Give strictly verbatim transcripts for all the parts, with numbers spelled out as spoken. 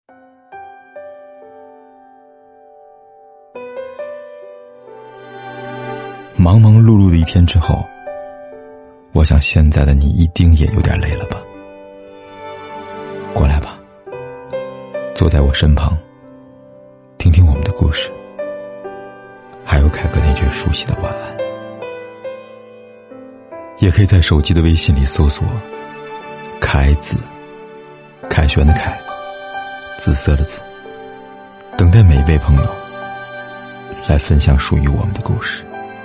忙忙碌碌的一天之后，我想现在的你一定也有点累了吧。过来吧，坐在我身旁，听听我们的故事，还有凯哥那句熟悉的晚安。也可以在手机的微信里搜索凯子，凯旋的凯，紫色的紫，等待每一位朋友来分享属于我们的故事。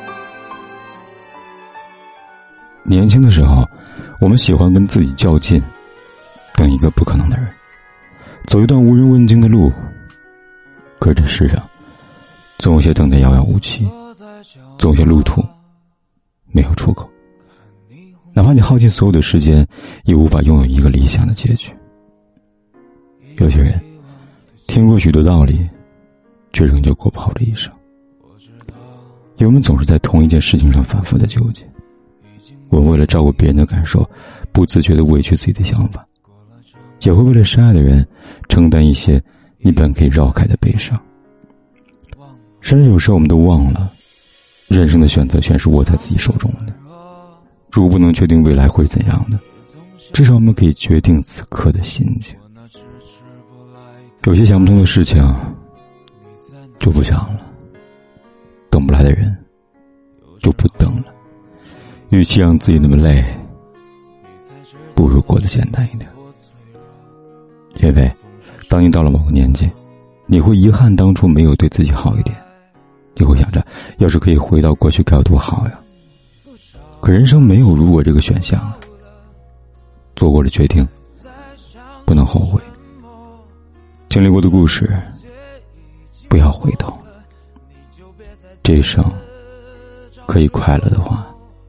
年轻的时候，我们喜欢跟自己较劲，等一个不可能的人，走一段无人问津的路。可这世上总有些等待遥遥无期，总有些路途没有出口。哪怕你耗尽所有的时间，也无法拥有一个理想的结局。有些人听过许多道理，却仍旧过不好这一生。因为我们总是在同一件事情上反复的纠结，我们为了照顾别人的感受，不自觉地委屈自己的想法，也会为了深爱的人承担一些你本可以绕开的悲伤。甚至有时候我们都忘了，人生的选择权是握在自己手中的。如果不能确定未来会怎样的，至少我们可以决定此刻的心情。有些想不通的事情就不想了，等不来的人就不等了。与其让自己那么累，不如过得简单一点。因为当你到了某个年纪，你会遗憾当初没有对自己好一点，你会想着要是可以回到过去该有多好呀。可人生没有如果这个选项，做过的决定不能后悔，经历过的故事不要回头。这一生可以快乐的话，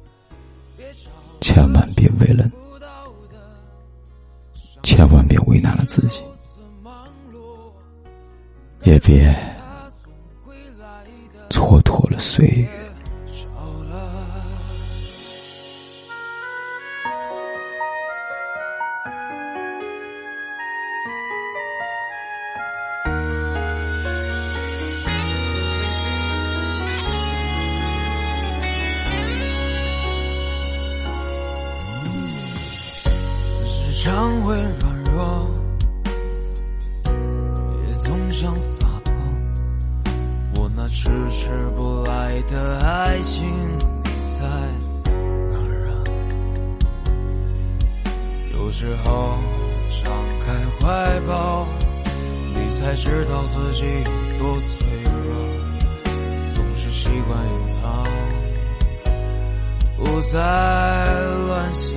千万别为了千万别为难了自己，也别蹉跎了岁月。 常会软弱，也总想洒脱。我那迟迟不来的爱情，你在哪儿啊？有时候张开怀抱，你才知道自己有多脆弱。总是习惯隐藏，不再乱想。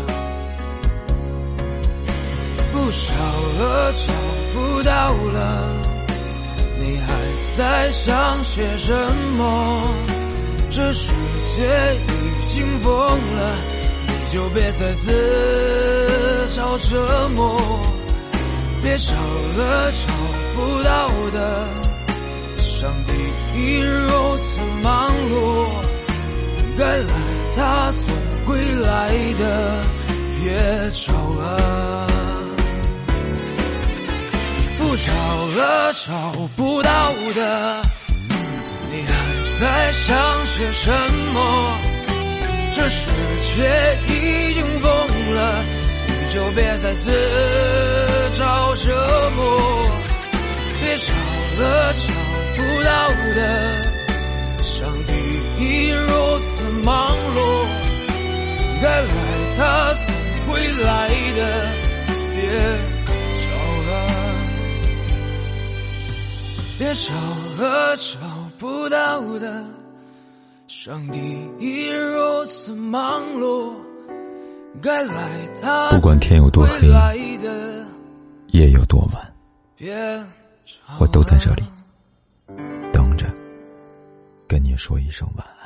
不找了，找不到了，你还在想些什么？这世界已经疯了，你就别再自找折磨。别找了，找不到的，上帝已如此忙碌，该来他总会来的，别找了。不找了，找不到的，你还在想些什么？这世界已经疯了，你就别再自找折磨。别找了，找不到的，上帝已如此忙碌，该来他总会来的，别别找了，找不到的，上帝已如此忙碌，该来他不管天有多黑，夜有多晚，我都在这里等着跟你说一声晚安。